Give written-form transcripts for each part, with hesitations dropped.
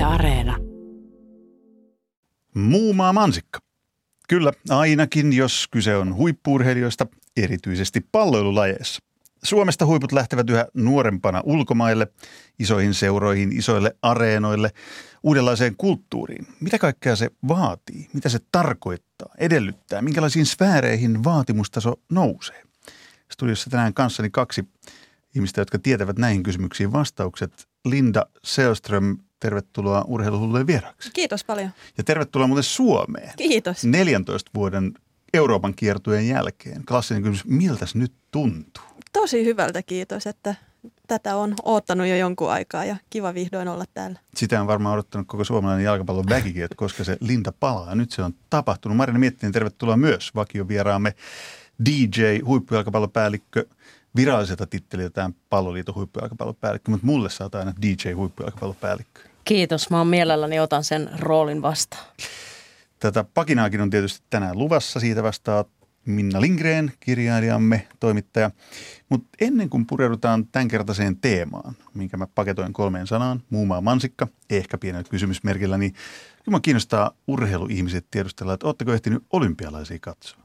Areena. Muumaa mansikka. Kyllä, ainakin jos kyse on huippu-urheilijoista, erityisesti palloilulajeissa. Suomesta huiput lähtevät yhä nuorempana ulkomaille, isoihin seuroihin, isoille areenoille, uudenlaiseen kulttuuriin. Mitä kaikkea se vaatii? Mitä se tarkoittaa, edellyttää? Minkälaisiin sfääreihin vaatimustaso nousee? Studiossa tänään kanssani kaksi ihmistä, jotka tietävät näihin kysymyksiin vastaukset. Linda Sällström, tervetuloa Urheiluhullujen vieraaksi. Kiitos paljon. Ja tervetuloa muuten Suomeen. Kiitos. 14 vuoden Euroopan kiertueen jälkeen. Klassinen kysymys, miltäs nyt tuntuu? Tosi hyvältä, kiitos, että tätä on oottanut jo jonkun aikaa ja kiva vihdoin olla täällä. Sitä on varmaan odottanut koko suomalainen jalkapallon väkikin, että koska se Linda palaa. Nyt se on tapahtunut. Marina Miettinen, tervetuloa myös vakiovieraamme DJ, huippujalkapallopäällikkö. Viralliselta titteliltään Palloliiton huippujalkapallopäällikkö, mutta mulle sä oot aina DJ, huippujalkapallopäällikkö. Kiitos, mä oon mielelläni otan sen roolin vastaan. Tätä pakinaakin on tietysti tänään luvassa. Siitä vastaa Minna Lindgren, kirjailijamme, toimittaja. Mutta ennen kuin pureudutaan tämänkertaiseen teemaan, minkä mä paketoin 3 sanaan, muumaa mansikka, ehkä pienellä kysymysmerkillä, niin kyllä mä kiinnostaa urheiluihmiset tiedustella, että ootteko ehtinyt olympialaisia katsoa?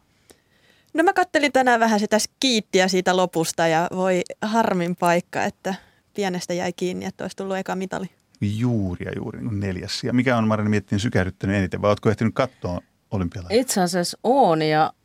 No mä kattelin tänään vähän sitä skiittiä siitä lopusta ja voi harmin paikka, että pienestä jäi kiinni, että olisi tullut eka mitali. Juuri niin kuin 4. Ja mikä on Marina Miettinen sykähdyttänyt eniten, vai ootko ehtinyt katsoa olympialaisia? Itse asiassa on ja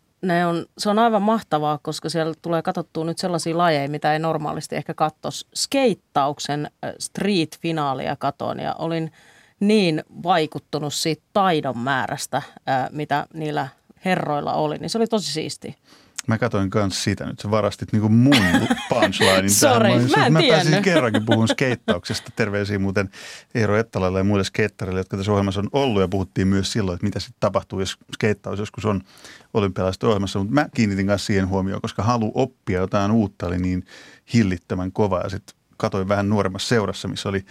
se on aivan mahtavaa, koska siellä tulee katsottua nyt sellaisia lajeja, mitä ei normaalisti ehkä katsoisi. Skeittauksen street-finaalia katon ja olin niin vaikuttunut siitä taidon määrästä, mitä niillä herroilla oli, niin se oli tosi siistiä. Mä katsoin kanssa siitä nyt, sä varastit niinku mun punchlinein. Sori, mä en Mä tiennyt. pääsin kerrankin puhun skeittauksesta. Terveisiä muuten Eero Ettalalle ja muille skeittareille, jotka tässä ohjelmassa on ollut. Ja puhuttiin myös silloin, että mitä sitten tapahtuu, jos skeittaus joskus on olympialaisessa ohjelmassa. Mutta mä kiinnitin kanssa siihen huomioon, koska halu oppia jotain uutta oli niin hillittömän kova. Ja sitten katsoin vähän nuoremmassa seurassa, missä oli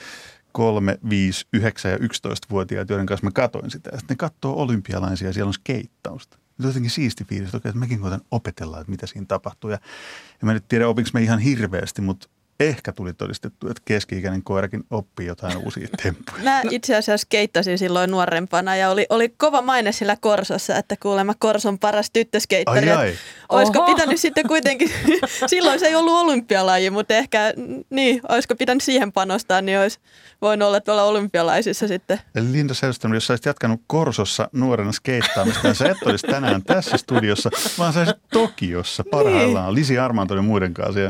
3, 5, 9 ja 11-vuotiaat, joiden kanssa mä katsoin sitä. Ja sitten ne katsoo olympialaisia ja siellä on skeittausta. Se on jotenkin siisti fiilis, että mäkin koitan opetella, että mitä siinä tapahtuu. Ja mä nyt tiedä, opinko mä ihan hirveästi, mutta ehkä tuli todistettu, että keski-ikäinen koirakin oppii jotain uusia temppuja. Mä itse asiassa skeittasin silloin nuorempana ja oli kova maine sillä Korsossa, että kuulemma Korson paras tyttöskeittari. Olisiko pitänyt sitten kuitenkin, silloin se ei ollut olympialaji, mutta ehkä niin, olisiko pitänyt siihen panostaa, niin olisi voinut olla tuolla olympialaisissa sitten. Eli Linda Sällström, jos sä olisit jatkanut Korsossa nuorena skeittaamista, niin sä et olisi tänään tässä studiossa, vaan sä olisit Tokiossa parhaillaan. Niin. Lisi Armanto ja muiden kanssa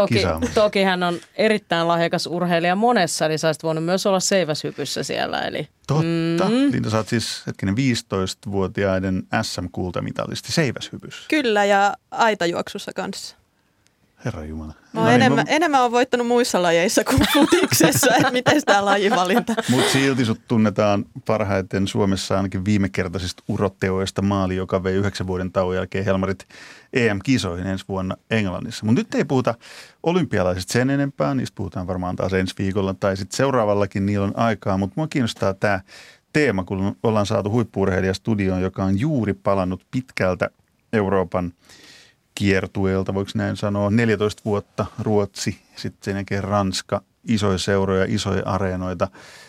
Toki hän on erittäin lahjakas urheilija monessa, eli sä olisit voinut myös olla seiväshypyssä siellä. Eli. Totta. Linda, sä oot siis 15-vuotiaiden SM-kultamitalisti seiväshypyssä. Kyllä, ja aitajuoksussa kanssa. Herranjumala. Enemmän on voittanut muissa lajeissa kuin futiksessa, että miten tämä lajivalinta. Mutta silti sut tunnetaan parhaiten Suomessa ainakin viimekertaisista urotteoista maali, joka vei 9 vuoden tauon jälkeen Helmarit EM-kisoihin ensi vuonna Englannissa. Mutta nyt ei puhuta olympialaisista sen enempää, niistä puhutaan varmaan taas ensi viikolla tai sitten seuraavallakin niillä on aikaa, mutta mua kiinnostaa tämä teema, kun ollaan saatu huippu-urheilija studioon, joka on juuri palannut pitkältä Euroopan kiertueelta, voiko näin sanoa, 14 vuotta Ruotsi, sitten sen jälkeen Ranska, isoja seuroja, isoja areenoita.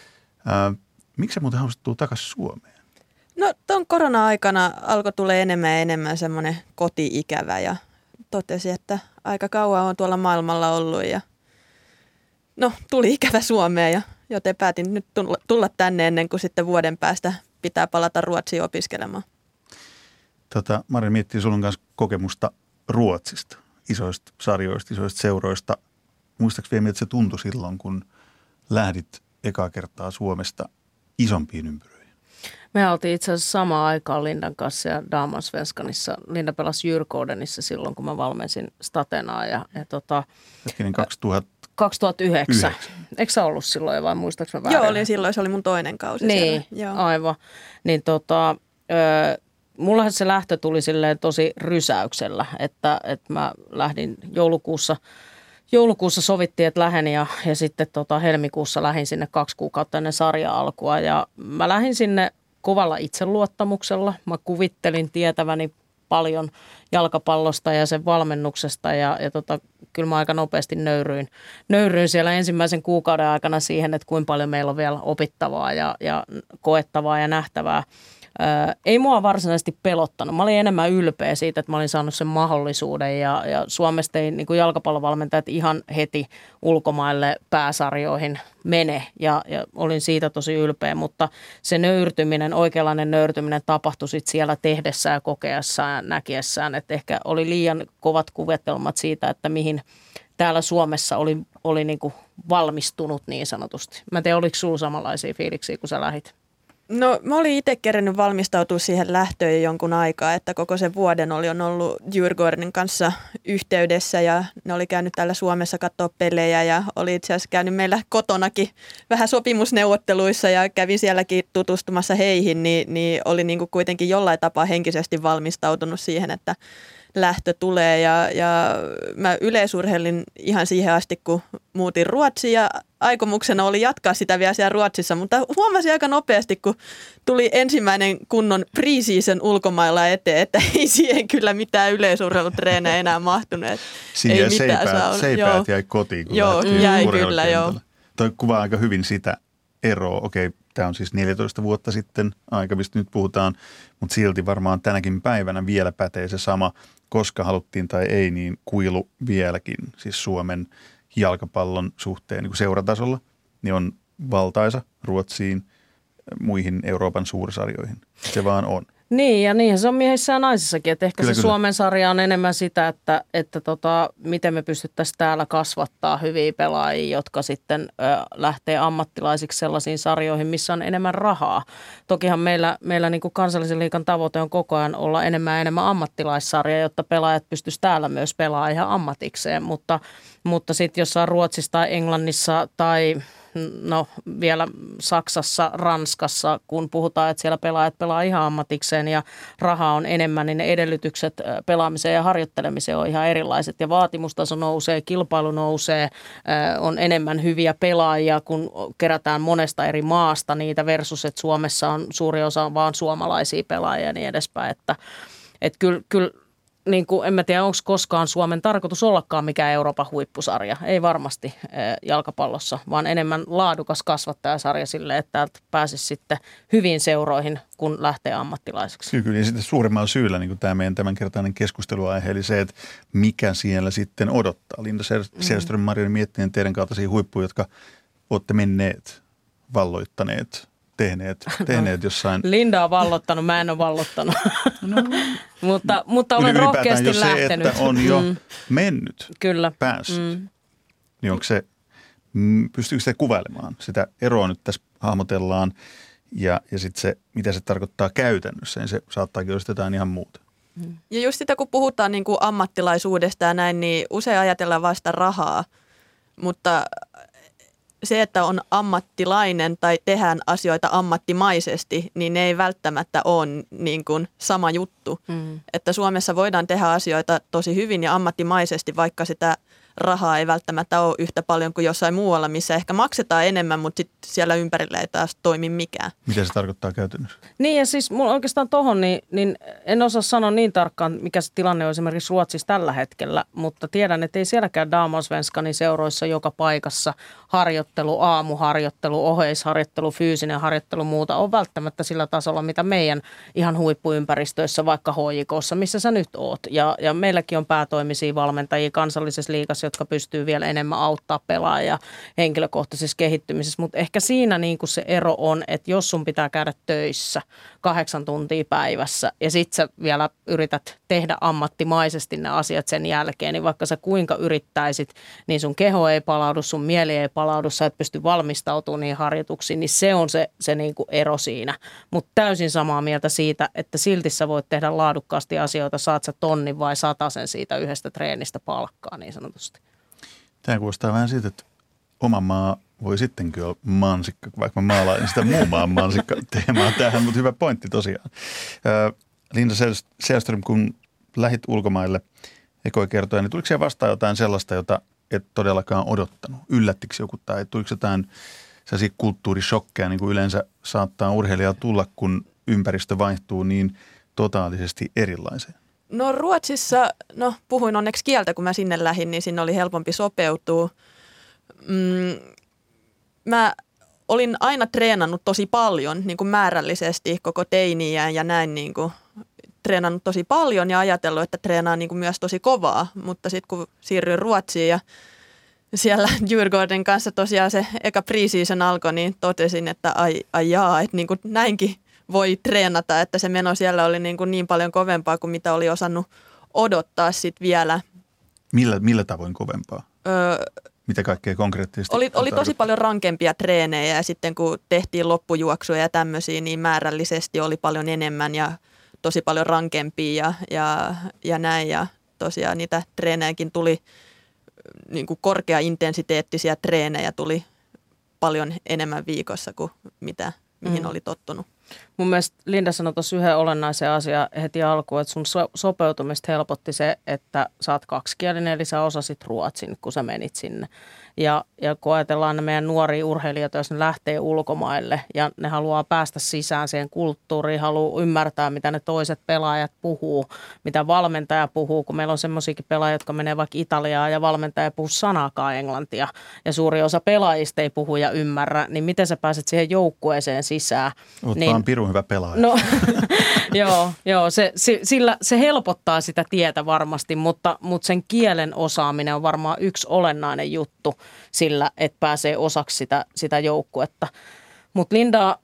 Miksi sä muuten haluaisit tulla takaisin Suomeen? No tuon korona-aikana alkoi tulla enemmän ja enemmän semmoinen koti-ikävä ja totesi, että aika kauan on tuolla maailmalla ollut ja no tuli ikävä Suomeen joten päätin nyt tulla tänne ennen kuin sitten vuoden päästä pitää palata Ruotsiin opiskelemaan. Marja miettii, sulla on kanssa kokemusta Ruotsista, isoista sarjoista, isoista seuroista. Muistaakseni vielä, miltä se tuntui silloin, kun lähdit ekaa kertaa Suomesta isompiin ympyröihin? Me oltiin itse asiassa samaan aikaan Lindan kanssa ja Damallsvenskanissa. Linda pelasi Djurgårdenissa silloin, kun mä valmensin Statenaa. Hetkinen, 2009. Eikö sä ollut silloin vai muistaaks mä väärin? Joo, olin silloin. Se oli mun toinen kausi niin, siellä. Joo. Aivan. Niin mullahan se lähtö tuli silleen tosi rysäyksellä, että mä lähdin joulukuussa sovittiin, että lähden ja sitten helmikuussa lähdin sinne 2 kuukautta ennen sarja-alkua ja mä lähdin sinne kovalla itseluottamuksella. Mä kuvittelin tietäväni paljon jalkapallosta ja sen valmennuksesta ja kyllä mä aika nopeasti nöyryin siellä ensimmäisen kuukauden aikana siihen, että kuinka paljon meillä on vielä opittavaa ja koettavaa ja nähtävää. Ei mua varsinaisesti pelottanut. Mä olin enemmän ylpeä siitä, että mä olin saanut sen mahdollisuuden ja Suomesta ei niin kuin jalkapallovalmentajat ihan heti ulkomaille pääsarjoihin mene ja olin siitä tosi ylpeä, mutta se nöyrtyminen, oikeanlainen nöyrtyminen tapahtui sitten siellä tehdessään ja kokeessaan ja näkiessään, että ehkä oli liian kovat kuvitelmat siitä, että mihin täällä Suomessa oli niin kuin valmistunut niin sanotusti. Mä en tiedä, oliko sulla samanlaisia fiiliksiä, kun sä lähit? No mä olin itse kerennyt valmistautua siihen lähtöön jonkun aikaa, että koko sen vuoden olin ollut Djurgårdenin kanssa yhteydessä ja ne oli käynyt täällä Suomessa katsoa pelejä ja oli itse asiassa käynyt meillä kotonakin vähän sopimusneuvotteluissa ja kävin sielläkin tutustumassa heihin, niin oli niin kuin kuitenkin jollain tapaa henkisesti valmistautunut siihen, että lähtö tulee ja mä yleisurheilin ihan siihen asti, kun muutin Ruotsiin ja aikomuksena oli jatkaa sitä vielä siellä Ruotsissa, mutta huomasin aika nopeasti, kun tuli ensimmäinen kunnon pre-season ulkomailla eteen, että ei siihen kyllä mitään yleisurheilutreenejä enää mahtunut. Siihen seipäät jäi kotiin, kun jäi kyllä, joo. Toi kuvaa aika hyvin sitä eroa. Okei, tämä on siis 14 vuotta sitten aika, mistä nyt puhutaan, mutta silti varmaan tänäkin päivänä vielä pätee se sama, koska haluttiin tai ei, niin kuilu vieläkin, siis Suomen jalkapallon suhteen niin kuin seuratasolla, niin on valtaisa Ruotsiin, muihin Euroopan suursarjoihin. Se vaan on. Niin, ja niinhän se on miehissä ja naisissakin, että ehkä kyllä. Suomen sarja on enemmän sitä, että miten me pystyttäisiin täällä kasvattaa hyviä pelaajia, jotka sitten lähtee ammattilaisiksi sellaisiin sarjoihin, missä on enemmän rahaa. Tokihan meillä niin kuin kansallisen liigan tavoite on koko ajan olla enemmän ja enemmän ammattilaissarja, jotta pelaajat pystyisivät täällä myös pelaamaan ihan ammatikseen, mutta sitten jossain Ruotsissa tai Englannissa tai vielä Saksassa, Ranskassa, kun puhutaan, että siellä pelaajat pelaa ihan ammatikseen ja rahaa on enemmän, niin ne edellytykset pelaamiseen ja harjoittelemiseen on ihan erilaiset. Ja vaatimustaso nousee, kilpailu nousee, on enemmän hyviä pelaajia, kun kerätään monesta eri maasta niitä versus, että Suomessa on suuri osa vaan suomalaisia pelaajia ja niin edespäin. Että kyllä niin kuin, en mä tiedä, onko koskaan Suomen tarkoitus ollakaan mikään Euroopan huippusarja. Ei varmasti jalkapallossa, vaan enemmän laadukas kasvattajasarja sille, että täältä pääsisi sitten hyviin seuroihin, kun lähtee ammattilaiseksi. Kyllä, ja sitten suurimmalla syyllä niin kuin tämä meidän tämänkertainen keskusteluaihe, eli se, että mikä siellä sitten odottaa. Linda Sällström, Marjoni Miettinen, teidän kaltaisia huippuja, jotka olette menneet, valloittaneet, tehneet jossain. Linda on vallottanut, mä en ole vallottanut, mutta olen rohkeasti lähtenyt. Se, että on jo mennyt, kyllä. Päässyt, niin onko se, pystyykö se kuvailemaan? Sitä eroa nyt tässä hahmotellaan ja sitten se, mitä se tarkoittaa käytännössä, niin se saattaakin olla jotain ihan muuta. Ja just sitä, kun puhutaan niin kuin ammattilaisuudesta ja näin, niin usein ajatellaan vasta rahaa, mutta se, että on ammattilainen tai tehdään asioita ammattimaisesti, niin ne ei välttämättä ole niin kuin sama juttu. Että Suomessa voidaan tehdä asioita tosi hyvin ja ammattimaisesti, vaikka sitä rahaa ei välttämättä ole yhtä paljon kuin jossain muualla, missä ehkä maksetaan enemmän, mutta sit siellä ympärillä ei taas toimi mikään. Mitä se tarkoittaa käytännössä? Niin ja siis mulla oikeastaan tohon, niin en osaa sanoa niin tarkkaan, mikä se tilanne on esimerkiksi Ruotsissa tällä hetkellä, mutta tiedän, että ei sielläkään Damallsvenskanin seuroissa joka paikassa harjoittelu, aamuharjoittelu, oheisharjoittelu, fyysinen harjoittelu, muuta on välttämättä sillä tasolla, mitä meidän ihan huippuympäristöissä, vaikka HJK:ssa, missä sä nyt oot. Ja meilläkin on päätoimisia valmentajia kansallisessa liigassa, jotka pystyy vielä enemmän auttaa pelaajia henkilökohtaisessa kehittymisessä. Mutta ehkä siinä niin kuin se ero on, että jos sun pitää käydä töissä 8 tuntia päivässä ja sit sä vielä yrität tehdä ammattimaisesti ne asiat sen jälkeen, niin vaikka sä kuinka yrittäisit, niin sun keho ei palaudu, sun mieli ei palaudu, sä et pysty valmistautumaan niihin harjoituksiin, niin se on se niin kuin ero siinä. Mutta täysin samaa mieltä siitä, että silti sä voit tehdä laadukkaasti asioita, saat sä tonnin vai 100 siitä yhdestä treenistä palkkaa niin sanotusti. Tämä kuulostaa vähän siitä, että oma maa voi sittenkin olla mansikka, vaikka mä maalain sitä muun maan mansikka-teemaa tähän, mutta hyvä pointti tosiaan. Linda Sällström, kun lähit ulkomaille ekoja kertoja, niin tuliko siellä vastaan jotain sellaista, jota et todellakaan odottanut? Yllättikö joku tai tuliko jotain sellaisia kulttuurishokkeja, niin kuin yleensä saattaa urheilijalla tulla, kun ympäristö vaihtuu niin totaalisesti erilaiseen? No Ruotsissa, puhuin onneksi kieltä, kun mä sinne lähdin, niin sinne oli helpompi sopeutua. Mä olin aina treenannut tosi paljon niin kuin määrällisesti koko teiniä ja näin niin kuin treenannut tosi paljon ja ajatellut, että treenaa niin kuin myös tosi kovaa, mutta sitten kun siirryin Ruotsiin ja siellä Djurgården kanssa tosiaan se eka pre-season alkoi, niin totesin, että että niin kuin näinkin voi treenata, että se meno siellä oli niin paljon kovempaa kuin mitä oli osannut odottaa sitten vielä. Millä tavoin kovempaa? Mitä kaikkea konkreettisesti? Oli tosi paljon rankempia treenejä ja sitten kun tehtiin loppujuoksuja ja tämmöisiä, niin määrällisesti oli paljon enemmän ja tosi paljon rankempia ja näin. Ja tosiaan niitä treenejäkin tuli, niin kuin korkeaintensiteettisiä treenejä tuli paljon enemmän viikossa kuin mihin oli tottunut. Mun mielestä Linda sanoi tuossa yhden olennaisen asian heti alkuun, että sun sopeutumista helpotti se, että sä oot kaksikielinen, eli sä osasit ruotsin, kun sä menit sinne. Ja kun ajatellaan ne meidän nuoria urheilijoita, jos ne lähtee ulkomaille ja ne haluaa päästä sisään siihen kulttuuriin, haluaa ymmärtää, mitä ne toiset pelaajat puhuu, mitä valmentaja puhuu, kun meillä on semmoisiakin pelaajia, jotka menee vaikka Italiaan ja valmentaja ei puhu sanaakaan englantia ja suuri osa pelaajista ei puhu ja ymmärrä, niin miten sä pääset siihen joukkueeseen sisään? Oot niin, vaan pirun hyvä pelaaja. No, joo se helpottaa sitä tietä varmasti, mutta sen kielen osaaminen on varmaan yksi olennainen juttu sillä, että pääsee osaksi sitä joukkuetta. Mutta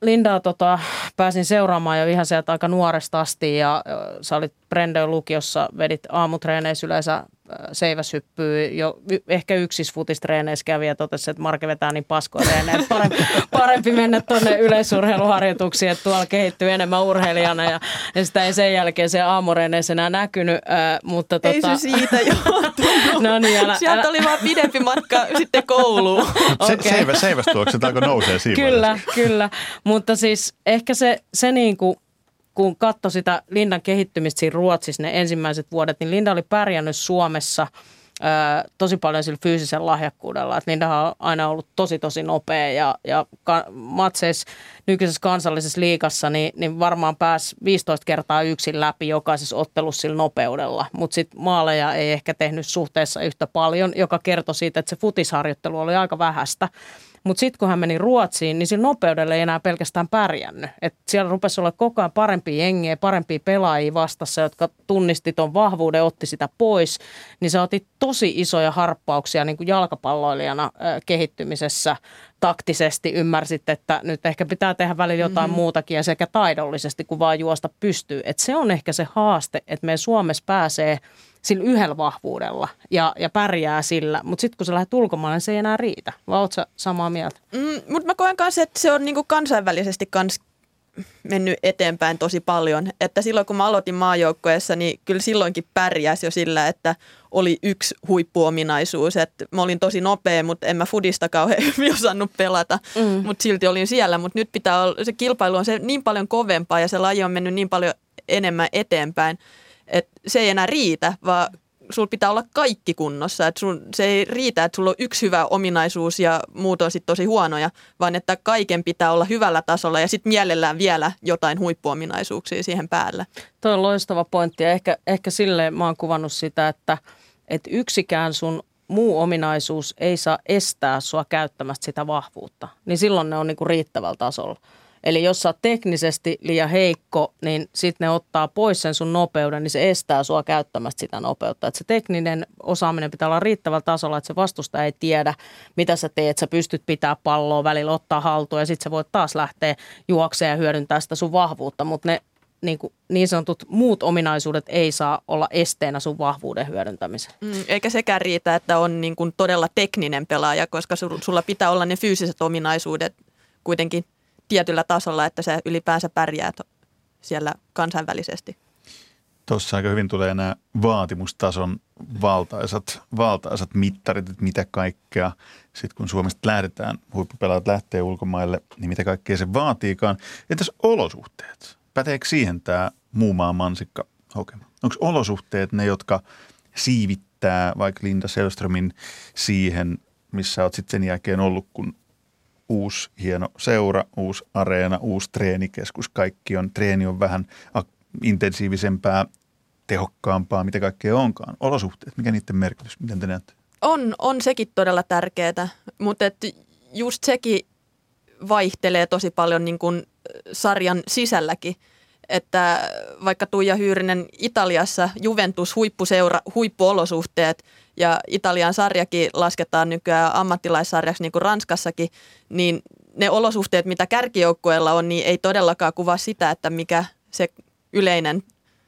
Lindaa pääsin seuraamaan jo ihan sieltä aika nuoresta asti ja sä olit Brendön lukiossa, vedit aamutreeneissä yleensä seiväshyppyä, jo ehkä yksisfutistreeneissä kävi ja totesi, että Marke vetää niin paskoja treenejä, että parempi mennä tuonne yleisurheiluharjoituksiin, että tuolla kehittyy enemmän urheilijana ja sitä ei sen jälkeen se aamureeneissä enää näkynyt. Mutta ei se siitä johtunut. No niin, sieltä oli vaan pidempi matka sitten kouluun. Okay. Seivästulokset alkoi nousee siinä. Kyllä, mutta siis ehkä se niin kuin kun katsoi sitä Lindan kehittymistä siinä Ruotsissa ne ensimmäiset vuodet, niin Linda oli pärjännyt Suomessa tosi paljon sillä fyysisen lahjakkuudella. Et Lindahan on aina ollut tosi nopea ja matseissa nykyisessä kansallisessa liigassa niin varmaan pääsi 15 kertaa yksin läpi jokaisessa ottelussa sillä nopeudella. Mutta sitten maaleja ei ehkä tehnyt suhteessa yhtä paljon, joka kertoi siitä, että se futisharjoittelu oli aika vähäistä. Mutta sitten kun hän meni Ruotsiin, niin sillä nopeudella ei enää pelkästään pärjännyt. Et siellä rupesi olla koko ajan parempia jengiä, parempia pelaajia vastassa, jotka tunnisti ton vahvuuden, otti sitä pois. Niin sä otit tosi isoja harppauksia niin kuin jalkapalloilijana kehittymisessä taktisesti. Ymmärsit, että nyt ehkä pitää tehdä välillä jotain muutakin ja sekä taidollisesti kuin vaan juosta pystyy. Et se on ehkä se haaste, että meidän Suomessa pääsee sillä yhdellä vahvuudella ja pärjää sillä. Mutta sitten kun sä lähdet ulkomaille, niin se ei enää riitä. Vai ootko sä samaa mieltä? Mutta mä koen kanssa, että se on niinku kansainvälisesti kans mennyt eteenpäin tosi paljon. Että silloin kun mä aloitin maajoukkueessa, niin kyllä silloinkin pärjäsi jo sillä, että oli yksi huippuominaisuus. Että mä olin tosi nopea, mutta en mä fudista kauhean hyvin osannut pelata. Mutta silti olin siellä. Mutta nyt pitää olla, se kilpailu on se niin paljon kovempaa ja se laji on mennyt niin paljon enemmän eteenpäin, että se ei enää riitä, vaan sulla pitää olla kaikki kunnossa. Että se ei riitä, että sulla on yksi hyvä ominaisuus ja muut on sitten tosi huonoja, vaan että kaiken pitää olla hyvällä tasolla ja sitten mielellään vielä jotain huippuominaisuuksia siihen päälle. Tuo on loistava pointti ja ehkä silleen mä oon kuvannut sitä, että yksikään sun muu ominaisuus ei saa estää sua käyttämästä sitä vahvuutta. Niin silloin ne on niinku riittävällä tasolla. Eli jos sä oot teknisesti liian heikko, niin sitten ne ottaa pois sen sun nopeuden, niin se estää sua käyttämästä sitä nopeutta. Että se tekninen osaaminen pitää olla riittävällä tasolla, että se vastustaja ei tiedä, mitä sä teet. Sä pystyt pitää palloa välillä, ottaa haltuun ja sitten sä voit taas lähteä juokseen ja hyödyntää sitä sun vahvuutta. Mutta ne niin sanotut muut ominaisuudet ei saa olla esteenä sun vahvuuden hyödyntämiseen. Eikä sekään riitä, että on niin kuin todella tekninen pelaaja, koska sulla pitää olla ne fyysiset ominaisuudet kuitenkin tietyllä tasolla, että sä ylipäänsä pärjäät siellä kansainvälisesti. Tuossa aika hyvin tulee nämä vaatimustason valtaisat mittarit, että mitä kaikkea. Sitten kun Suomesta lähdetään, huippupelaajat lähtee ulkomaille, niin mitä kaikkea se vaatiikaan. Entäs olosuhteet? Päteekö siihen tämä muu maan mansikka hokema? Onko olosuhteet ne, jotka siivittää vaikka Linda Sällströmin siihen, missä olet sitten sen jälkeen ollut, kun uusi hieno seura, uusi areena, uusi treenikeskus, treeni on vähän intensiivisempää. tehokkaampaa, mitä kaikkea onkaan. Olosuhteet, mikä niiden merkitys, miten te näette? On sekin todella tärkeää, mutta just sekin vaihtelee tosi paljon niin kuin sarjan sisälläkin. Että vaikka Tuija Hyyrinen Italiassa Juventus huippuseura, huippuolosuhteet ja Italian sarjakin lasketaan nykyään ammattilaissarjaksi niin kuin Ranskassakin, niin ne olosuhteet, mitä kärkijoukkueella on, niin ei todellakaan kuvaa sitä, että mikä se yleinen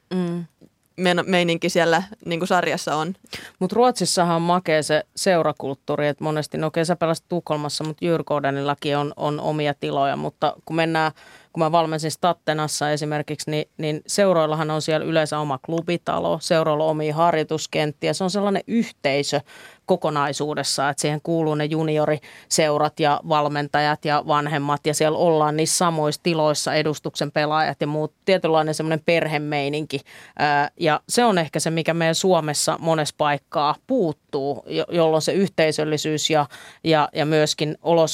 meininki siellä niin kuin sarjassa on. Mutta Ruotsissahan on makea se seurakulttuuri, että monesti, sä pelasit Tukholmassa, mutta Djurgårdenillakin on omia tiloja, mutta kun mä valmensin Stattenassa esimerkiksi, niin seuroillahan on siellä yleensä oma klubitalo, seuroilla on omia harjoituskenttiä, se on sellainen yhteisö kokonaisuudessa, että siihen kuuluu ne junioriseurat ja valmentajat ja vanhemmat ja siellä ollaan niissä samoissa tiloissa edustuksen pelaajat ja muut, tietynlainen semmoinen perhemeininki ja se on ehkä se, mikä meidän Suomessa monessa paikkaa puuttuu, jolloin se yhteisöllisyys ja myöskin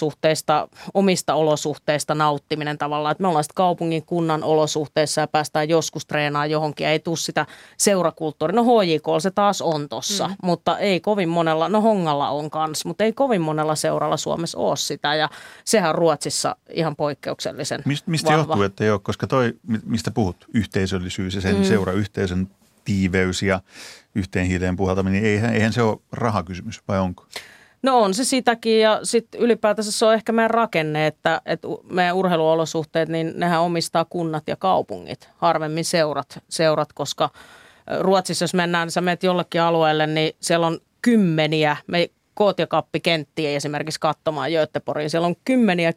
omista olosuhteista nauttiminen tavallaan, että me ollaan sitten kaupungin kunnan olosuhteissa ja päästään joskus treenaamaan johonkin ja ei tule sitä seurakulttuuria. No HJK se taas on tossa, mutta ei kovin monella, Hongalla on kanssa, mutta ei kovin monella seuralla Suomessa ole sitä ja sehän on Ruotsissa ihan poikkeuksellisen Mistä vahva. johtuu, että ei ole, koska toi, mistä puhut, yhteisöllisyys ja sen seurayhteisön tiiveys ja yhteen hiileen puhaltaminen, niin eihän se ole rahakysymys, vai onko? No on se sitäkin ja sitten ylipäätänsä se on ehkä meidän rakenne, että meidän urheiluolosuhteet, niin nehän omistaa kunnat ja kaupungit, harvemmin seurat, koska Ruotsissa jos mennään, sä menet jollekin alueelle, niin siellä on kymmeniä, Kootiakappikenttiä esimerkiksi katsomaan Göteborgiin. Siellä on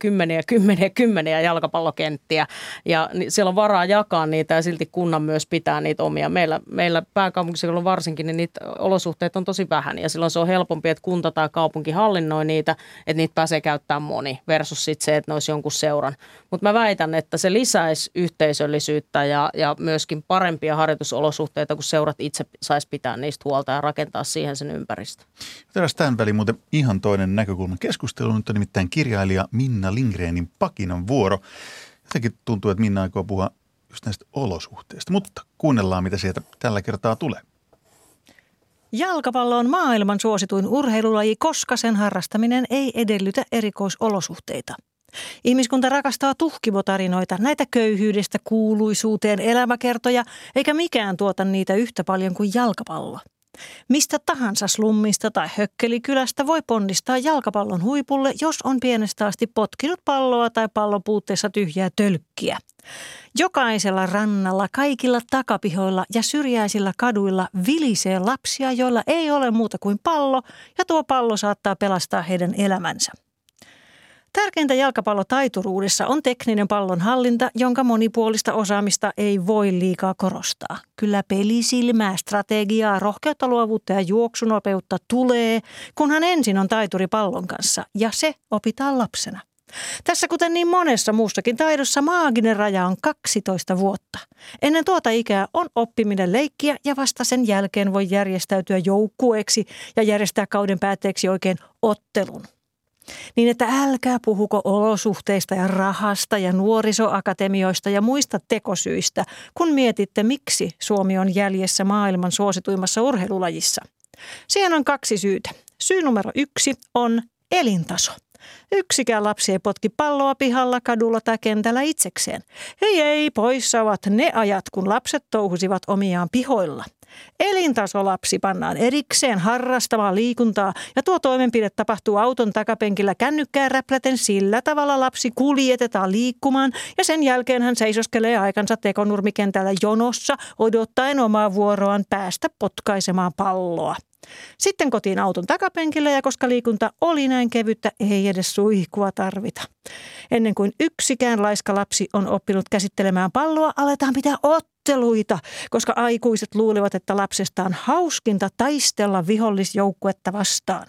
kymmeniä jalkapallokenttiä ja siellä on varaa jakaa niitä ja silti kunnan myös pitää niitä omia. Meillä pääkaupunkiseudulla varsinkin niin niitä olosuhteet on tosi vähän ja silloin se on helpompi, että kunta tai kaupunki hallinnoi niitä, että niitä pääsee käyttämään moni versus sitten se, että ne olisi jonkun seuran. Mutta mä väitän, että se lisäisi yhteisöllisyyttä ja myöskin parempia harjoitusolosuhteita, kun seurat itse saisi pitää niistä huolta ja rakentaa siihen sen ympäristö. Tämän väliin muuten ihan toinen näkökulma keskusteluun. Nyt on nimittäin kirjailija Minna Lindgrenin Pakinan vuoro. Jotenkin tuntuu, että Minna aikoo puhua just näistä olosuhteista, mutta kuunnellaan, mitä sieltä tällä kertaa tulee. Jalkapallo on maailman suosituin urheilulaji, koska sen harrastaminen ei edellytä erikoisolosuhteita. Ihmiskunta rakastaa tuhkivotarinoita, näitä köyhyydestä kuuluisuuteen elämäkertoja, eikä mikään tuota niitä yhtä paljon kuin jalkapallo. Mistä tahansa slummista tai hökkelikylästä voi ponnistaa jalkapallon huipulle, jos on pienestä asti potkinut palloa tai pallon puutteessa tyhjää tölkkiä. Jokaisella rannalla, kaikilla takapihoilla ja syrjäisillä kaduilla vilisee lapsia, joilla ei ole muuta kuin pallo, ja tuo pallo saattaa pelastaa heidän elämänsä. Tärkeintä jalkapallotaituruudessa on tekninen pallonhallinta, jonka monipuolista osaamista ei voi liikaa korostaa. Kyllä pelisilmää, strategiaa, rohkeutta, luovuutta ja juoksunopeutta tulee, kunhan ensin on taituri pallon kanssa, ja se opitaan lapsena. Tässä kuten niin monessa muussakin taidossa maaginen raja on 12 vuotta. Ennen tuota ikää on oppiminen leikkiä ja vasta sen jälkeen voi järjestäytyä joukkueeksi ja järjestää kauden päätteeksi oikein ottelun. Niin että älkää puhuko olosuhteista ja rahasta ja nuorisoakatemioista ja muista tekosyistä, kun mietitte, miksi Suomi on jäljessä maailman suosituimmassa urheilulajissa. Siihen on 2 syytä. Syy numero 1 on elintaso. Yksikään lapsi ei potki palloa pihalla, kadulla tai kentällä itsekseen. Ei, poissa ovat ne ajat, kun lapset touhusivat omiaan pihoilla. Elintasolapsi pannaan erikseen harrastamaan liikuntaa ja tuo toimenpide tapahtuu auton takapenkillä kännykkää räpläten, sillä tavalla lapsi kuljetetaan liikkumaan ja sen jälkeen hän seisoskelee aikansa tekonurmikentällä jonossa odottaen omaa vuoroaan päästä potkaisemaan palloa. Sitten kotiin auton takapenkillä ja koska liikunta oli näin kevyttä, ei edes suihkua tarvita. Ennen kuin yksikään laiska lapsi on oppinut käsittelemään palloa, aletaan pitää otteluita, koska aikuiset luulevat, että lapsesta on hauskinta taistella vihollisjoukkuetta vastaan.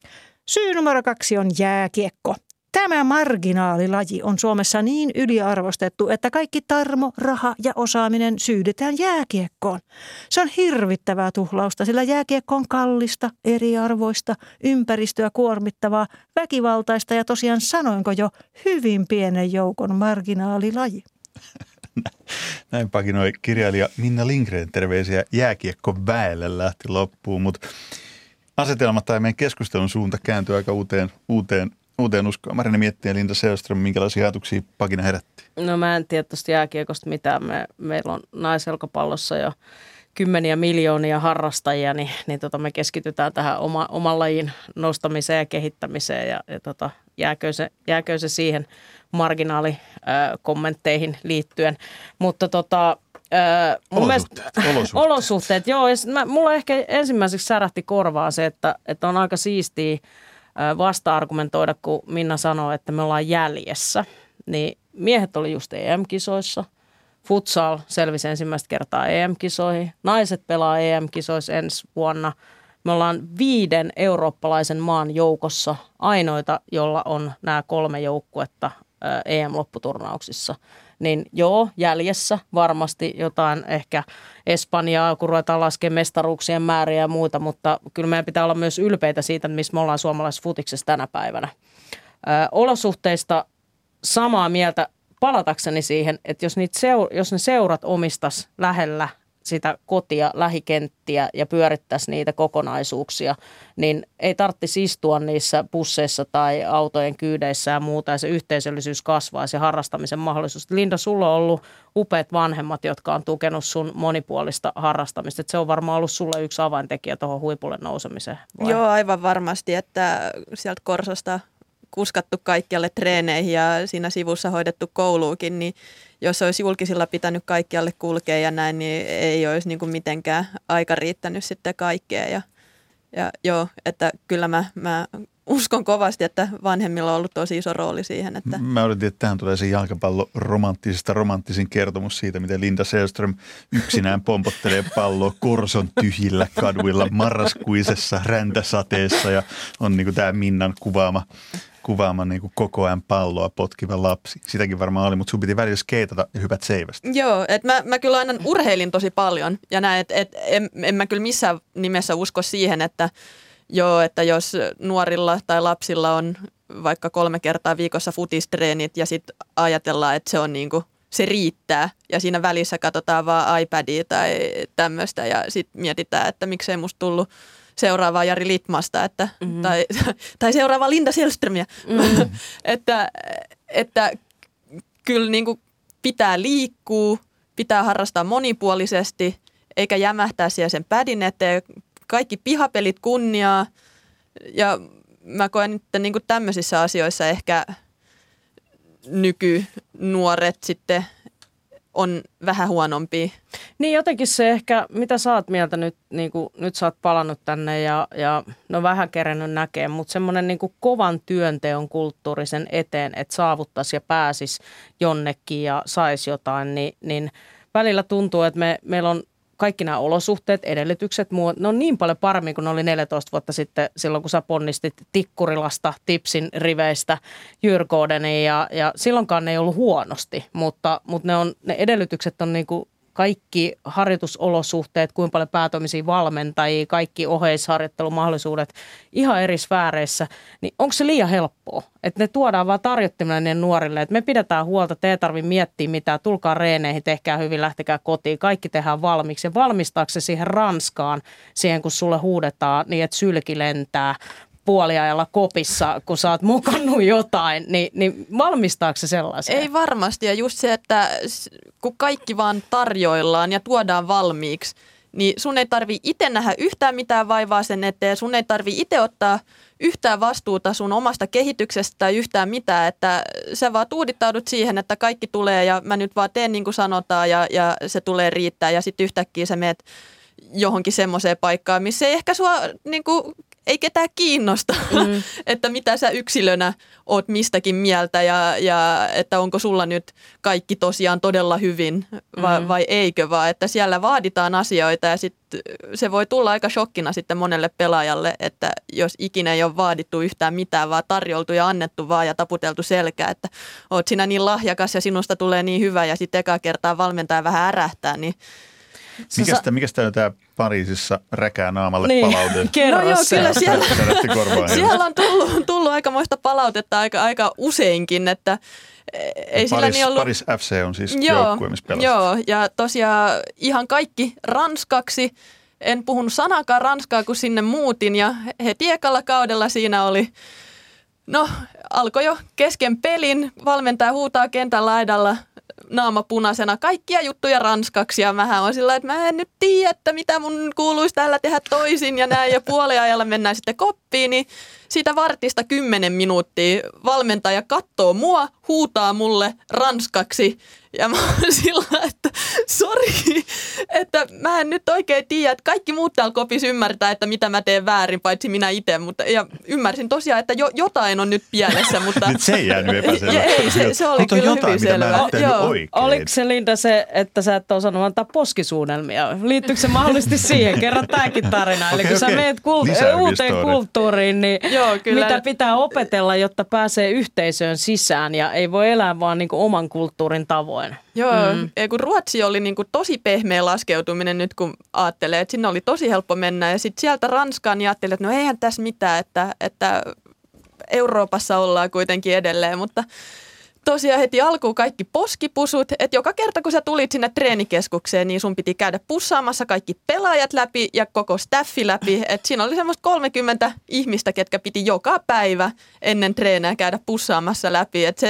Syy numero 2 on jääkiekko. Tämä marginaalilaji on Suomessa niin yliarvostettu, että kaikki tarmo, raha ja osaaminen syydetään jääkiekkoon. Se on hirvittävää tuhlausta, sillä jääkiekko on kallista, eriarvoista, ympäristöä kuormittavaa, väkivaltaista ja tosiaan sanoinko jo hyvin pienen joukon marginaalilaji. Näin pakinoi kirjailija Minna Lindgren, terveisiä jääkiekko väelle lähti loppuun, mutta asetelma tai meidän keskustelun suunta kääntyy aika uuteen uskoon. Marina Mietti ja Linda Sällström, minkälaisia ajatuksia pakina herätti? No mä en tiedä tuosta jääkiekosta mitään. Meillä on naiselkapallossa jo kymmeniä miljoonia harrastajia, niin me keskitytään tähän oman lajin nostamiseen ja kehittämiseen ja jääkö se siihen marginaalikommentteihin liittyen. Mutta olosuhteet, joo. Mulla ehkä ensimmäiseksi särähti korvaa se, että on aika siistiä vasta-argumentoida, kun Minna sanoo, että me ollaan jäljessä. Niin miehet oli just EM-kisoissa. Futsal selvisi ensimmäistä kertaa EM-kisoihin. Naiset pelaa EM-kisoissa ensi vuonna. Me ollaan 5 eurooppalaisen maan joukossa ainoita, jolla on nämä 3 joukkuetta EM-lopputurnauksissa. Niin joo, jäljessä varmasti jotain ehkä Espanjaa, kun ruvetaan laskemaan mestaruuksien määriä ja muuta, mutta kyllä meidän pitää olla myös ylpeitä siitä, missä me ollaan suomalaisessa futiksessa tänä päivänä. Olosuhteista samaa mieltä palatakseni siihen, että jos ne seurat omistas lähellä sitä kotia, lähikenttiä ja pyörittäisi niitä kokonaisuuksia, niin ei tarvitsisi istua niissä busseissa tai autojen kyydeissä ja muuta, ja se yhteisöllisyys kasvaisi ja harrastamisen mahdollisuus. Linda, sulla on ollut upeat vanhemmat, jotka on tukenut sun monipuolista harrastamista. Että se on varmaan ollut sulle yksi avaintekijä tuohon huipulle nousemiseen. Vai? Joo, aivan varmasti, että sieltä Korsosta kuskattu kaikkialle treeneihin ja siinä sivussa hoidettu kouluukin, niin jos olisi julkisilla pitänyt kaikkialle kulkea ja näin, niin ei olisi niin kuin mitenkään aika riittänyt sitten kaikkea. Ja joo, että kyllä mä uskon kovasti, että vanhemmilla on ollut tosi iso rooli siihen. Että mä odotin, että tähän tulee se jalkapallo romanttisin kertomus siitä, miten Linda Sällström yksinään pompottelee palloa Korson tyhjillä kaduilla marraskuisessa räntäsateessa ja on niin kuin tämä Minnan kuvaama niin kuin koko ajan palloa potkiva lapsi. Sitäkin varmaan oli, mutta sun piti välillä skeitata ja hypät seivästä. Joo, että mä kyllä aina urheilin tosi paljon ja näin, että en mä kyllä missään nimessä usko siihen, että jos nuorilla tai lapsilla on vaikka 3 kertaa viikossa futistreenit ja sitten ajatellaan, että se on niinku, se riittää ja siinä välissä katsotaan vaan iPadia tai tämmöistä ja sitten mietitään, että miksei musta tullut seuraavaa Jari Litmasta tai seuraavaa Linda Sällströmiä. että kyllä niinku pitää liikkua, pitää harrastaa monipuolisesti eikä jämähtää siellä sen pädin eteen. Kaikki pihapelit kunniaa ja mä koen, että niinku tämmöisissä asioissa ehkä nykynuoret sitten on vähän huonompia. Niin jotenkin se ehkä, mitä sä oot mieltä nyt, niin kuin, nyt sä oot palannut tänne ja no vähän kerennyt näkemään, mutta semmoinen niin kuin kovan työnteon kulttuurisen eteen, että saavuttaisi ja pääsisi jonnekin ja saisi jotain, niin välillä tuntuu, että meillä on kaikki nämä olosuhteet, edellytykset, ne on niin paljon paremmin kuin ne oli 14 vuotta sitten silloin, kun sä ponnistit Tikkurilasta, Tipsin riveistä, Jyrkårdeniin ja silloinkaan ne ei ollut huonosti, mutta ne edellytykset on niin kuin kaikki harjoitusolosuhteet, kuinka paljon päätoimisia valmentajia, kaikki oheisharjoittelumahdollisuudet ihan eri sfääreissä, niin onko se liian helppoa? Että ne tuodaan vaan tarjottimella ne nuorille, että me pidetään huolta, te ei tarvitse miettiä mitään, tulkaa reeneihin, tehkää hyvin, lähtekää kotiin, kaikki tehdään valmiiksi. Ja valmistaako se siihen Ranskaan, siihen kun sulle huudetaan niin, että sylki lentää puoliajalla kopissa, kun sä oot mokannut jotain, niin valmistaako se sellaisia? Ei varmasti, ja just se, että kun kaikki vaan tarjoillaan ja tuodaan valmiiksi, niin sun ei tarvii itse nähdä yhtään mitään vaivaa sen eteen, sun ei tarvii itse ottaa yhtään vastuuta sun omasta kehityksestä tai yhtään mitään, että sä vaan tuudittaudut siihen, että kaikki tulee ja mä nyt vaan teen niin kuin sanotaan ja se tulee riittää ja sitten yhtäkkiä sä meet johonkin semmoiseen paikkaan, missä ei ehkä sua niin kuin, ei ketään kiinnosta, että mitä sä yksilönä oot mistäkin mieltä ja että onko sulla nyt kaikki tosiaan todella hyvin vai eikö, vaan että siellä vaaditaan asioita ja sitten se voi tulla aika shokkina sitten monelle pelaajalle, että jos ikinä ei ole vaadittu yhtään mitään, vaan tarjoltu ja annettu vaan ja taputeltu selkää, että oot sinä niin lahjakas ja sinusta tulee niin hyvä ja sitten ekaa kertaa valmentaja vähän ärähtää, niin Mikäs tämä Pariisissa räkää naamalle Niin, palaute. kerro No joo, se. kyllä siellä Siellä on tullut aikamoista palautetta aika useinkin, että ei sillä niin ollut... Paris FC on siis joukkue, missä pelasit. Joo, ja tosiaan ihan kaikki ranskaksi. En puhunut sanakaan ranskaa, kun sinne muutin ja heti ekalla kaudella siinä oli... No, alkoi jo kesken pelin, valmentaja huutaa kentän laidalla naama punaisena kaikkia juttuja ranskaksi ja mähän on sillä, että mä en nyt tiedä, että mitä mun kuuluisi täällä tehdä toisin ja näin ja puoliajalla mennään sitten koppiin, niin siitä vartista 10 minuuttia valmentaja katsoo mua, huutaa mulle ranskaksi ja mä oon sillä, että sori, että mä en nyt oikein tiedä, että kaikki muut täällä kopissa ymmärtää, että mitä mä teen väärin, paitsi minä itse, mutta ja ymmärsin tosiaan, että jotain on nyt pielessä, mutta... Nyt se ei jäänyt epäselvä. Ei, se oli kyllä jotain, hyvin selvä. mitä mä en tehnyt oikein. Oliko se, Linda, se, että sä et osannut antaa poskisuunnelmia? Liittyykö se mahdollisesti siihen? Kerran tämäkin tarina. Eli kun sä meet uuteen kulttuuriin, niin joo, kyllä. mitä pitää opetella, jotta pääsee yhteisöön sisään ja ei voi elää vaan niin kuin oman kulttuurin tavoin? Joo, kun Ruotsi oli niin kuin tosi pehmeä laskeutuminen nyt, kun ajattelee, että sinne oli tosi helppo mennä. Ja sitten sieltä Ranskaan niin ajattelin, että no eihän tässä mitään, että Euroopassa ollaan kuitenkin edelleen, mutta tosiaan heti alkuun kaikki poskipusut, että joka kerta kun sä tulit sinne treenikeskukseen, niin sun piti käydä pussaamassa kaikki pelaajat läpi ja koko staffi läpi. Että siinä oli semmoista 30 ihmistä, ketkä piti joka päivä ennen treenää käydä pussaamassa läpi. Että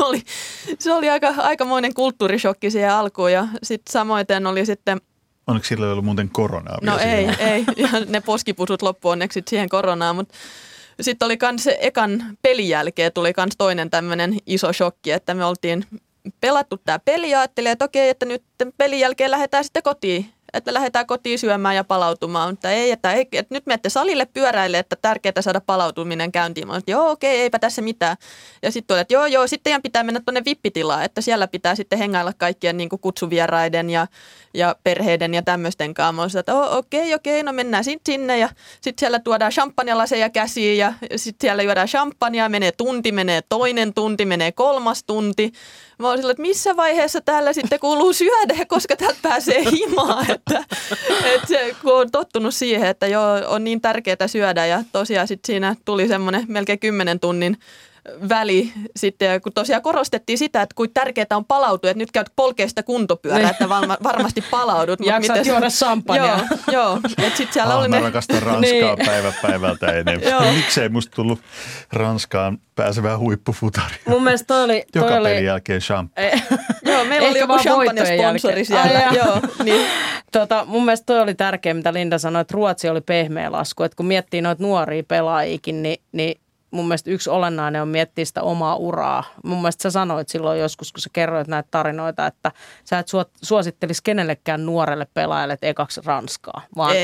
se oli aikamoinen kulttuurishokki siihen alkuun ja sitten samoin oli sitten... Onneksi sillä ei ollut muuten koronaa? No ei. Ja ne poskipusut loppu onneksi siihen koronaan, mutta... Sitten oli kans ekan pelin jälkeen tuli kans toinen tämmöinen iso shokki, että me oltiin pelattu tämä peli ja ajattelin, että okei, että nyt pelin jälkeen lähdetään sitten kotiin. Että lähdetään kotiin syömään ja palautumaan, mutta että nyt menette salille pyöräille, että tärkeää saada palautuminen käyntiin. Mä sanoin, että joo, okei, eipä tässä mitään. Ja sitten tuli, että joo, sitten teidän pitää mennä tuonne vippitilaan, että siellä pitää sitten hengailla kaikkien niin kuin kutsuvieraiden ja perheiden ja tämmöisten kanssa. Mä sanoin, että okei, no mennään sinne ja sitten siellä tuodaan champagnelaseja käsiin ja sitten siellä juodaan champagnea, menee tunti, menee toinen tunti, menee kolmas tunti. Mä olin sillä, että missä vaiheessa täällä sitten kuuluu syödä ja koska täältä pääsee himaan, että se, kun on tottunut siihen, että joo, on niin tärkeää syödä ja tosiaan sitten siinä tuli semmoinen melkein 10 tunnin väli sitten, kun tosiaan korostettiin sitä, että kuinka tärkeää on palautua, että nyt käyt polkea sitä kuntopyörää, että varmasti palaudut. Jaksat juoda champagnea. Joo. Että sitten siellä oli mä rakastan Ranskaa päivä päivältä enemmän. Miksei musta tullut Ranskaan pääsevää huippufutari? Mun mielestä toi oli... Joka pelin jälkeen champagne. Joo, meillä oli joku champagne-sponsori siellä. Joo, niin. Mun mielestä toi oli tärkeä, mitä Linda sanoi, että Ruotsi oli pehmeä lasku. Että kun miettii noita nuoria pelaajikin, niin mun mielestä yksi olennainen on miettiä sitä omaa uraa. Mun mielestä sä sanoit silloin joskus, kun sä kerroit näitä tarinoita, että sä et suosittelisi kenellekään nuorelle pelaajalle, että ekaksi Ranskaa. Vaan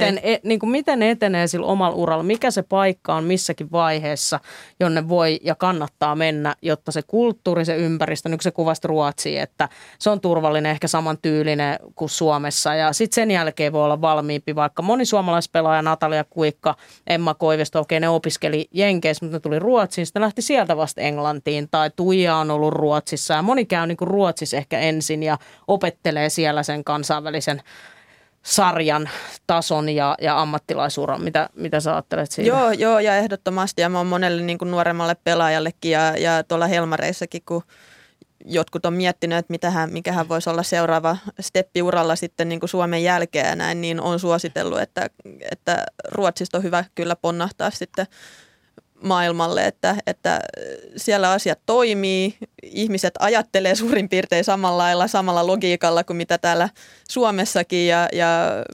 miten etenee sillä omalla uralla, mikä se paikka on missäkin vaiheessa, jonne voi ja kannattaa mennä, jotta se kulttuuri, se ympäristö, nyt se kuvasi Ruotsia, että se on turvallinen, ehkä samantyylinen kuin Suomessa. Ja sitten sen jälkeen voi olla valmiimpi, vaikka moni suomalaispelaaja, Natalia Kuikka, Emma Koivisto, okei, ne opiskeli Jenkeissä, mutta ne tuli Ruotsiin, sitten lähti sieltä vasta Englantiin, tai Tuija on ollut Ruotsissa, ja moni käy niin kuin Ruotsissa ehkä ensin ja opettelee siellä sen kansainvälisen sarjan tason ja ammattilaisuran. Mitä sä ajattelet siitä? Joo, ja ehdottomasti, ja mä oon monelle niin kuin nuoremmalle pelaajallekin, ja tuolla Helmareissakin, kun jotkut on miettinyt, että mikähän voisi olla seuraava steppi uralla sitten niin kuin Suomen jälkeen ja näin, niin on suositellut, että Ruotsista on hyvä kyllä ponnahtaa sitten maailmalle, että siellä asiat toimii, ihmiset ajattelee suurin piirtein samalla logiikalla kuin mitä täällä Suomessakin ja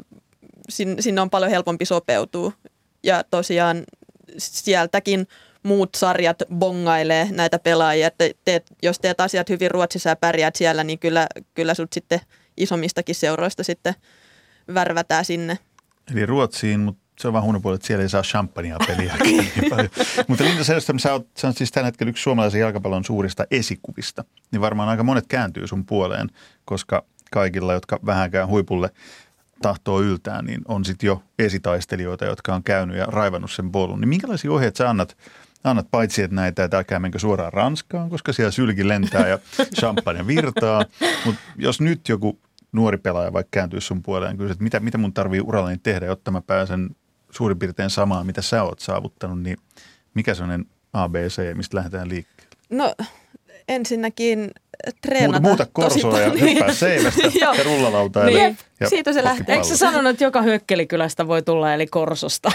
sinne on paljon helpompi sopeutua. Ja tosiaan sieltäkin muut sarjat bongailee näitä pelaajia, että jos teet asiat hyvin Ruotsissa ja pärjäät siellä, niin kyllä sut sitten isommistakin seuroista sitten värvätään sinne. Eli Ruotsiin, mutta se on vaan huono puoli, että siellä ei saa champagnea pelin jälkeen niin paljon. Mutta Linda, sä oot siis tällä hetkellä yksi suomalaisen jalkapallon suurista esikuvista, niin varmaan aika monet kääntyy sun puoleen, koska kaikilla, jotka vähänkään huipulle tahtoo yltää, niin on sitten jo esitaistelijoita, jotka on käynyt ja raivannut sen polun. Niin minkälaisia ohjeita sä annat paitsi, että näitä, että älkää menkö suoraan Ranskaan, koska siellä sylki lentää ja champagne virtaa. Mutta jos nyt joku nuori pelaaja vaikka kääntyisi sun puoleen, kyllä, että mitä mun tarvii urallani tehdä, jotta mä pääsen suurin piirtein samaan, mitä sä oot saavuttanut, niin mikä sellainen ABC, mistä lähdetään liikkeelle? No ensinnäkin treenata Muuta korsoa ja hyppää seivästä ja rullalautaa. Niin. Siitä se lähtee. Eikö sä sanonut, että joka Hökkelikylästä voi tulla eli korsosta?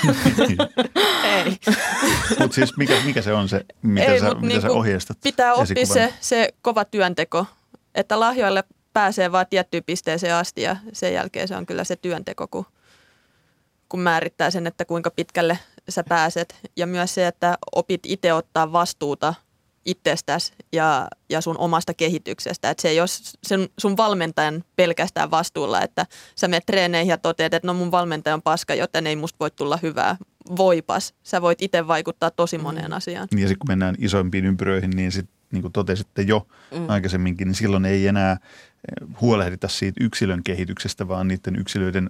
Ei. Mutta siis mikä se on se, mitä sä ohjeistat? Pitää oppia se kova työnteko, että lahjoille pääsee vaan tiettyyn pisteeseen asti ja sen jälkeen se on kyllä se työnteko, kun määrittää sen, että kuinka pitkälle sä pääset. Ja myös se, että opit itse ottaa vastuuta itsestäsi ja sun omasta kehityksestä. Että se ei ole sun valmentajan pelkästään vastuulla, että sä menet treeneihin ja toteat, että no mun valmentaja on paska, joten ei musta voi tulla hyvää. Voipas. Sä voit itse vaikuttaa tosi moneen asiaan. Ja sitten kun mennään isoimpiin ympyröihin, niin sitten niin kuin totesitte jo aikaisemminkin, niin silloin ei enää huolehdita siitä yksilön kehityksestä, vaan niiden yksilöiden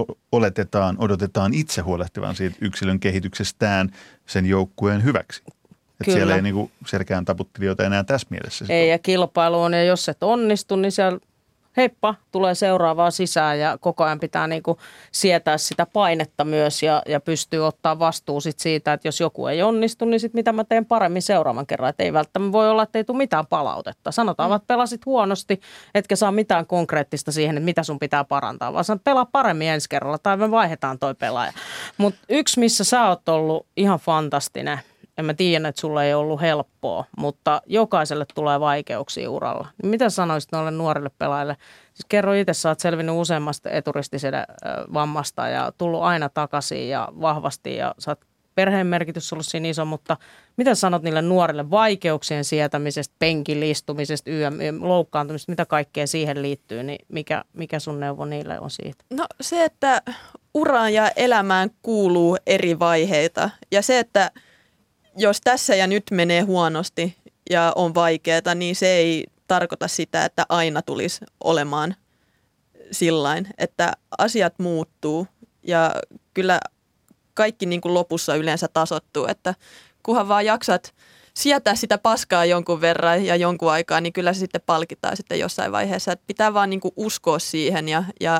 odotetaan itse huolehtivan siitä yksilön kehityksestään sen joukkueen hyväksi. Että siellä ei niinku selkään taputtelijoita enää tässä mielessä. Ei, ja kilpailu on, ja jos et onnistu, niin siellä heippa, tulee seuraavaa sisään ja koko ajan pitää niinku sietää sitä painetta myös ja pystyy ottaa vastuu sit siitä, että jos joku ei onnistu, niin sit mitä mä teen paremmin seuraavan kerran. Että ei välttämättä voi olla, että ei tule mitään palautetta. Sanotaan, että pelasit huonosti, etkä saa mitään konkreettista siihen, että mitä sun pitää parantaa, vaan sanot, pelaa paremmin ensi kerralla tai me vaihdetaan toi pelaaja. Mutta yksi, missä sä oot ollut ihan fantastinen, en mä tiedä, että sulla ei ollut helppoa, mutta jokaiselle tulee vaikeuksia uralla. Niin mitä sanoisit noille nuorille pelaajille? Siis kerro itse, sä oot selvinnyt useammasta eturistisen vammasta ja tullut aina takaisin ja vahvasti ja sä oot perheen merkitys ollut siinä iso, mutta mitä sanot niille nuorille vaikeuksien sietämisestä, penkin istumisesta, loukkaantumisesta, mitä kaikkea siihen liittyy, niin mikä sun neuvo niille on siitä? No se, että uraan ja elämään kuuluu eri vaiheita ja se, että jos tässä ja nyt menee huonosti ja on vaikeaa, niin se ei tarkoita sitä, että aina tulisi olemaan sillain, että asiat muuttuu ja kyllä kaikki niin kuin lopussa yleensä tasoittuu, että kunhan vaan jaksat sietää sitä paskaa jonkun verran ja jonkun aikaa, niin kyllä se sitten palkitaan sitten jossain vaiheessa. Että pitää vaan niin kuin uskoa siihen ja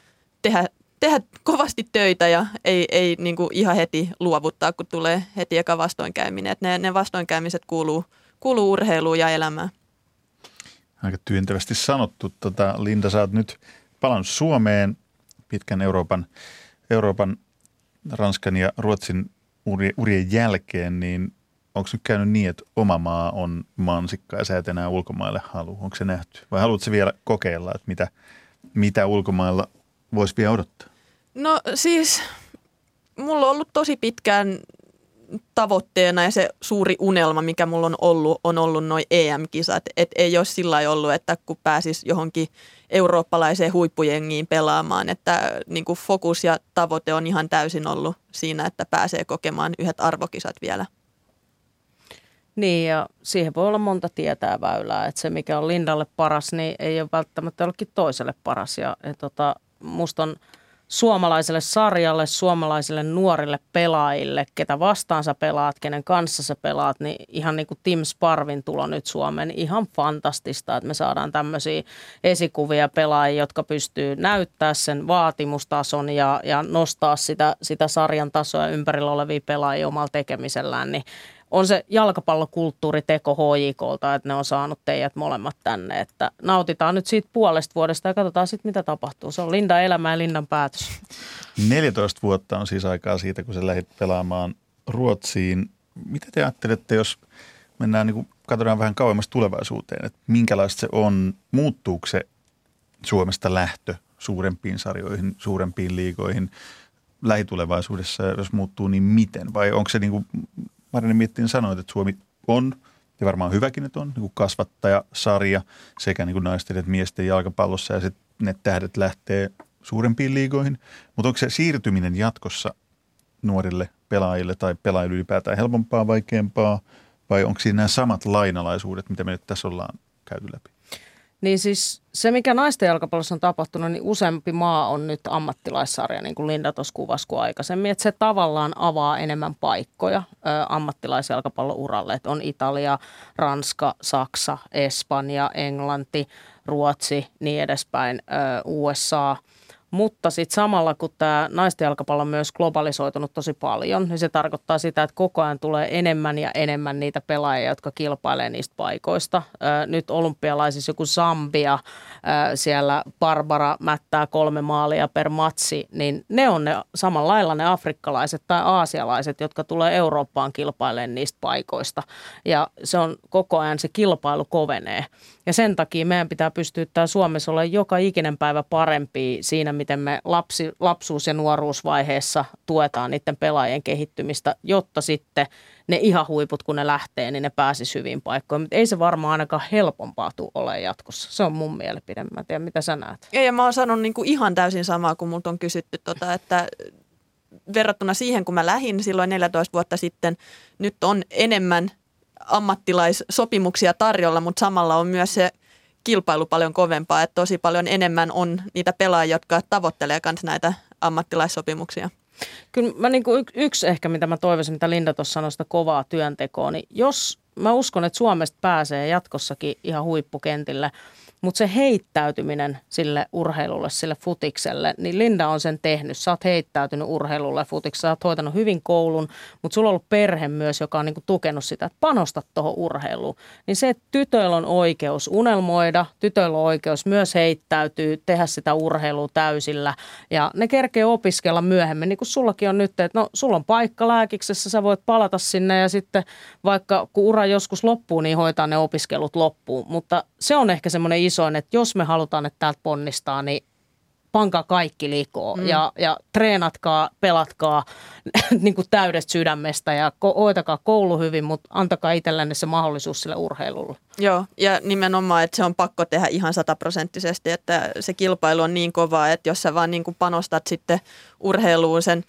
tehdä kovasti töitä ja ei niin kuin ihan heti luovuttaa, kun tulee heti eka vastoinkäyminen. Että ne vastoinkäymiset kuuluu urheiluun ja elämään. Aika työntävästi sanottu. Linda, sä oot nyt palannut Suomeen pitkän Euroopan, Ranskan ja Ruotsin urien jälkeen, niin onko nyt käynyt niin, että oma maa on mansikka ja sä et enää ulkomaille halua? Onko se nähty? Vai haluatko vielä kokeilla, että mitä ulkomailla voisi vielä odottaa? No siis mulla on ollut tosi pitkään tavoitteena ja se suuri unelma, mikä mulla on ollut noi EM-kisat. Että ei ole sillä lailla ollut, että kun pääsis johonkin eurooppalaiseen huippujengiin pelaamaan, että niin kuin fokus ja tavoite on ihan täysin ollut siinä, että pääsee kokemaan yhdet arvokisat vielä. Niin ja siihen voi olla monta tietää väylää, että se mikä on Lindalle paras, niin ei ole välttämättä jollekin toiselle paras ja musta on suomalaiselle sarjalle, suomalaisille nuorille pelaajille, ketä vastaan sä pelaat, kenen kanssa sä pelaat, niin ihan niin kuin Tim Sparvin tulo nyt Suomeen, niin ihan fantastista, että me saadaan tämmöisiä esikuvia pelaajia, jotka pystyy näyttää sen vaatimustason ja nostaa sitä sarjan tasoa ympärillä olevia pelaajia omalla tekemisellään, niin on se jalkapallokulttuuriteko HJK:lta, että ne on saanut teidät molemmat tänne, että nautitaan nyt siitä puolesta vuodesta ja katsotaan sitten mitä tapahtuu. Se on Lindan elämä ja Lindan päätös. 14 vuotta on siis aikaa siitä, kun sä lähdit pelaamaan Ruotsiin. Mitä te ajattelette, jos mennään katsotaan vähän kauemmas tulevaisuuteen, että minkälaista se on, muuttuuko se Suomesta lähtö suurempiin sarjoihin, suurempiin liigoihin lähitulevaisuudessa, ja jos muuttuu, niin miten? Vai onko se niin kuin Marjanen Miettinen sanoi, että Suomi on, ja varmaan hyväkin, että on niin kuin kasvattajasarja sekä niin kuin naisten että miesten jalkapallossa, ja sitten ne tähdet lähtee suurempiin liigoihin. Mutta onko se siirtyminen jatkossa nuorille pelaajille tai pelaajille ylipäätään helpompaa, vaikeampaa, vai onko siinä nämä samat lainalaisuudet, mitä me nyt tässä ollaan käyty läpi? Niin siis se, mikä naisten jalkapallossa on tapahtunut, niin useampi maa on nyt ammattilaissarja, niin kuin Linda tuossa kuvasi kuin aikaisemmin. Että se tavallaan avaa enemmän paikkoja ammattilaisjalkapallon uralle. Että on Italia, Ranska, Saksa, Espanja, Englanti, Ruotsi, niin edespäin, USA. Mutta sitten samalla, kun tämä naisten jalkapallo on myös globalisoitunut tosi paljon, niin se tarkoittaa sitä, että koko ajan tulee enemmän ja enemmän niitä pelaajia, jotka kilpailee niistä paikoista. Nyt olympialaisissa joku Zambia, siellä Barbara mättää 3 maalia per matsi, niin ne on ne samalla lailla ne afrikkalaiset tai aasialaiset, jotka tulee Eurooppaan kilpailemaan niistä paikoista. Ja se on koko ajan se kilpailu kovenee. Ja sen takia meidän pitää pystyä täällä Suomessa olemaan joka ikinen päivä parempi siinä, miten me lapsuus- ja nuoruusvaiheessa tuetaan niiden pelaajien kehittymistä, jotta sitten ne ihan huiput, kun ne lähtee, niin ne pääsisi hyviin paikkoihin. Mutta ei se varmaan ainakaan helpompaa tule olemaan jatkossa. Se on mun mielipide. Mä en tiedä, mitä sä näet. Ja mä oon sanonut niinku ihan täysin samaa, kun multa on kysytty, että verrattuna siihen, kun mä lähdin silloin 14 vuotta sitten, nyt on enemmän ammattilaissopimuksia tarjolla, mutta samalla on myös se kilpailu paljon kovempaa, että tosi paljon enemmän on niitä pelaajia, jotka tavoittelee myös näitä ammattilaissopimuksia. Kyllä mä niin kuin yksi ehkä, mitä mä toivoisin, mitä Linda tuossa sanoi, sitä kovaa työntekoa, niin jos mä uskon, että Suomesta pääsee jatkossakin ihan huippukentille, mutta se heittäytyminen sille urheilulle, sille futikselle, niin Linda on sen tehnyt. Sä oot heittäytynyt urheilulle, futikselle, sä oot hoitanut hyvin koulun, mutta sulla on ollut perhe myös, joka on niinku tukenut sitä, että panostat tuohon urheiluun. Niin se, että tytöillä on oikeus unelmoida, tytöillä on oikeus myös heittäytyy, tehdä sitä urheilua täysillä ja ne kerkee opiskella myöhemmin, niin kuin sullakin on nyt, että no sulla on paikka lääkiksessä, sä voit palata sinne ja sitten vaikka kun ura joskus loppuu, niin hoitaa ne opiskelut loppuun, mutta se on ehkä semmoinen isoin, että jos me halutaan, että täältä ponnistaa, niin pankaa kaikki likoon ja treenatkaa, pelatkaa niin kuin täydestä sydämestä ja hoitakaa koulu hyvin, mutta antakaa itsellenne se mahdollisuus sille urheilulle. Joo, ja nimenomaan, että se on pakko tehdä ihan 100%, että se kilpailu on niin kovaa, että jos sä vaan niin kuin panostat sitten urheiluun sen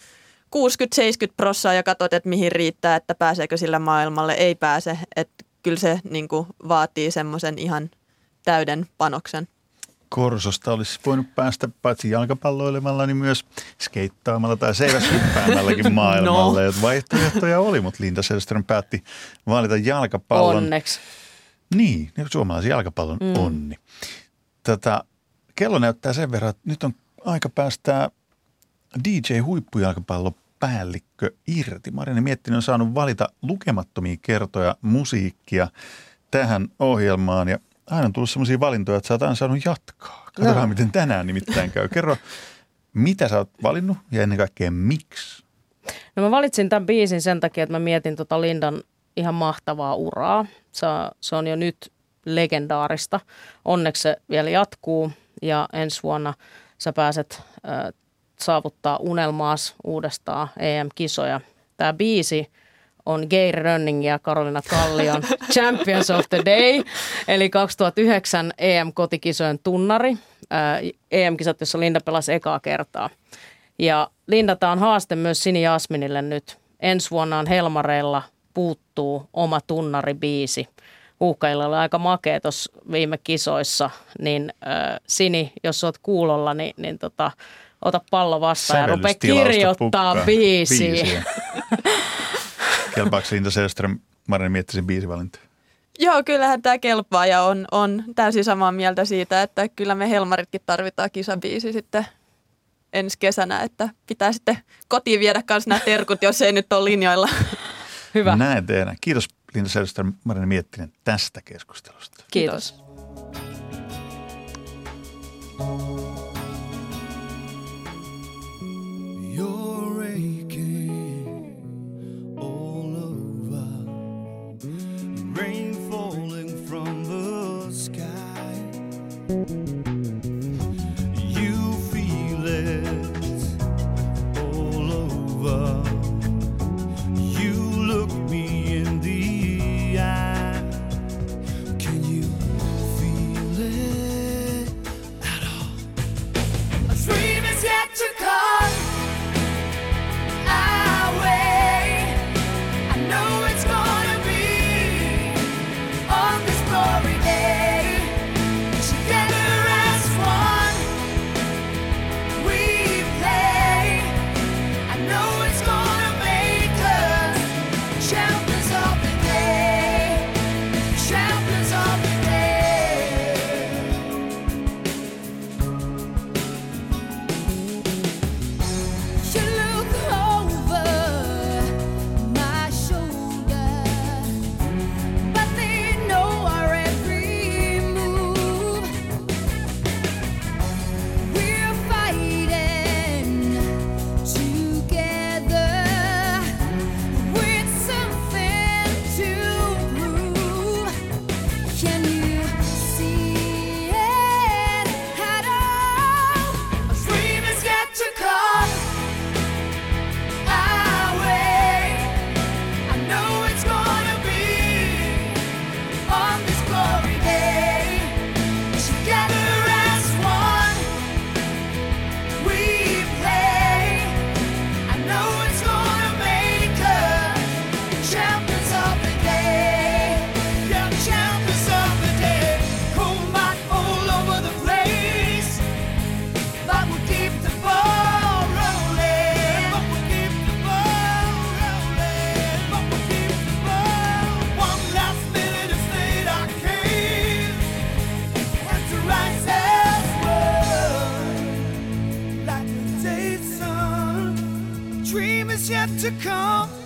60-70% ja katsot, että mihin riittää, että pääseekö sillä maailmalle, ei pääse, että kyllä se niin kuin vaatii semmoisen ihan täyden panoksen. Korsosta olisi voinut päästä paitsi jalkapalloilemalla, niin myös skeittaamalla tai seiväshyppäämälläkin maailmalle. No. Vaihtoehtoja oli, mutta Linda Sällström päätti valita jalkapallon. Onneksi. Niin, suomalaisen jalkapallon onni. Kello näyttää sen verran, että nyt on aika päästää DJ-huippujalkapallopäällikkö irti. Marianne Miettinen on saanut valita lukemattomia kertoja musiikkia tähän ohjelmaan ja aina on tullut sellaisia valintoja, että sä oot aina saanut jatkaa. Katsotaan, miten tänään nimittäin käy. Kerro, mitä sä oot valinnut ja ennen kaikkea miksi? No mä valitsin tämän biisin sen takia, että mä mietin Lindan ihan mahtavaa uraa. Se on jo nyt legendaarista. Onneksi se vielä jatkuu ja ensi vuonna sä pääset saavuttaa unelmaas uudestaan EM-kisoja. Tämä biisi on Geir Rönning ja Karolina Kallion Champions of the Day, eli 2009 EM-kotikisojen tunnari. EM-kisat, jossa Linda pelasi ekaa kertaa. Ja Linda, tämä on haaste myös Sini Jasminille nyt. Ensi vuonna on Helmareilla puuttuu oma tunnaribiisi. Huuhkajilla oli aika makea tuossa viime kisoissa, niin Sini, jos olet kuulolla, niin ota pallo vastaan ja rupea kirjoittaa biisiä. Kelpaako Linda Sällström Marianne Miettisen biisivalinta? Joo, kyllähän tämä kelpaa ja on täysin samaa mieltä siitä, että kyllä me Helmaritkin tarvitaan kisabiisi sitten ensi kesänä, että pitää sitten kotiin viedä kanssa nämä terkut, jos ei nyt ole linjoilla. Hyvä. Näin tehdään. Kiitos Linda Sällström Marianne Miettinen tästä keskustelusta. Kiitos. She to come